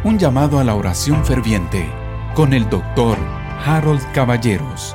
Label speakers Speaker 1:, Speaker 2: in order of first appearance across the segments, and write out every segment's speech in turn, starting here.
Speaker 1: Un llamado a la oración ferviente con el Dr. Harold Caballeros.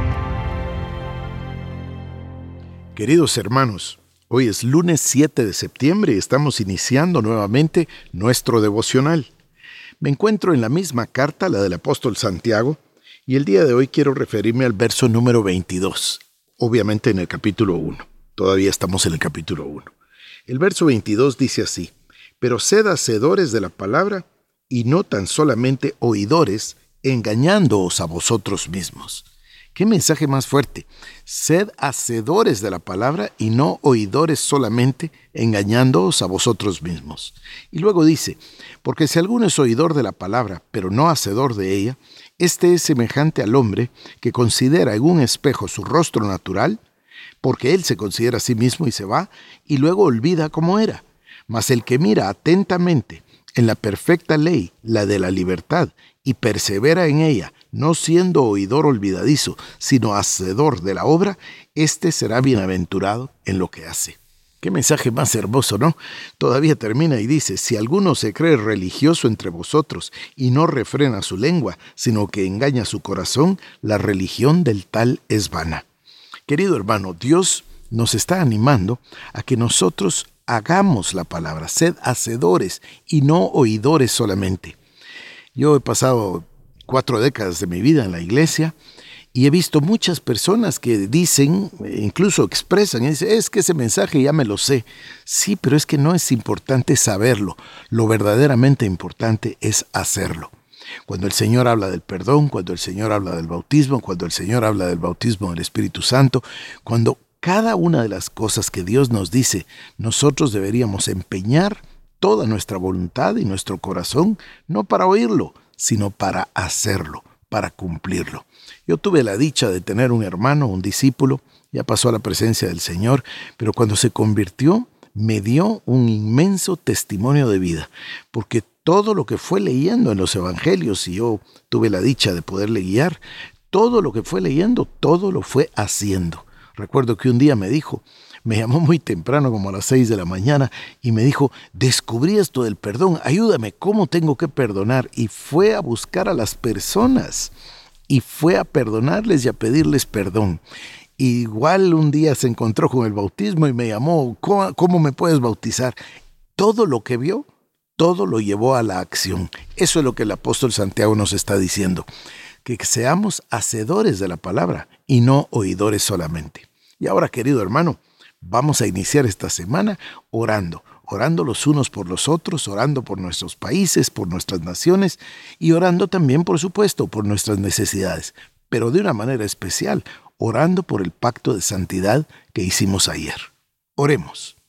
Speaker 2: Queridos hermanos, hoy es lunes 7 de septiembre y estamos iniciando nuevamente nuestro devocional. Me encuentro en la misma carta, la del apóstol Santiago, y el día de hoy quiero referirme al verso número 22, obviamente en el capítulo 1. Todavía estamos en el capítulo 1. El verso 22 dice así: pero sed hacedores de la palabra y no tan solamente oidores, engañándoos a vosotros mismos. ¡Qué mensaje más fuerte! Sed hacedores de la palabra y no oidores solamente, engañándoos a vosotros mismos. Y luego dice: porque si alguno es oidor de la palabra, pero no hacedor de ella, este es semejante al hombre que considera en un espejo su rostro natural, porque él se considera a sí mismo y se va, y luego olvida cómo era. Mas el que mira atentamente en la perfecta ley, la de la libertad, y persevera en ella, no siendo oidor olvidadizo, sino hacedor de la obra, éste será bienaventurado en lo que hace. Qué mensaje más hermoso, ¿no? Todavía termina y dice: si alguno se cree religioso entre vosotros y no refrena su lengua, sino que engaña su corazón, la religión del tal es vana. Querido hermano, Dios nos está animando a que nosotros hagamos la palabra, sed hacedores y no oidores solamente. Yo he pasado 4 décadas de mi vida en la iglesia y he visto muchas personas que dicen, incluso expresan, y dicen: es que ese mensaje ya me lo sé. Sí, pero es que no es importante saberlo. Lo verdaderamente importante es hacerlo. Cuando el Señor habla del perdón, cuando el Señor habla del bautismo, cuando el Señor habla del bautismo del Espíritu Santo, cuando cada una de las cosas que Dios nos dice, nosotros deberíamos empeñar toda nuestra voluntad y nuestro corazón, no para oírlo, sino para hacerlo, para cumplirlo. Yo tuve la dicha de tener un hermano, un discípulo, ya pasó a la presencia del Señor, pero cuando se convirtió, me dio un inmenso testimonio de vida, porque todo lo que fue leyendo en los evangelios, y yo tuve la dicha de poderle guiar, todo lo que fue leyendo, todo lo fue haciendo. Recuerdo que un día me llamó muy temprano, como a las 6 de la mañana, y me dijo: descubrí esto del perdón, ayúdame, ¿cómo tengo que perdonar? Y fue a buscar a las personas, y fue a perdonarles y a pedirles perdón. Igual un día se encontró con el bautismo y me llamó: ¿cómo me puedes bautizar? Todo lo que vio, todo lo llevó a la acción. Eso es lo que el apóstol Santiago nos está diciendo, que seamos hacedores de la palabra y no oidores solamente. Y ahora, querido hermano, vamos a iniciar esta semana orando los unos por los otros, orando por nuestros países, por nuestras naciones y orando también, por supuesto, por nuestras necesidades, pero de una manera especial, orando por el pacto de santidad que hicimos ayer. Oremos.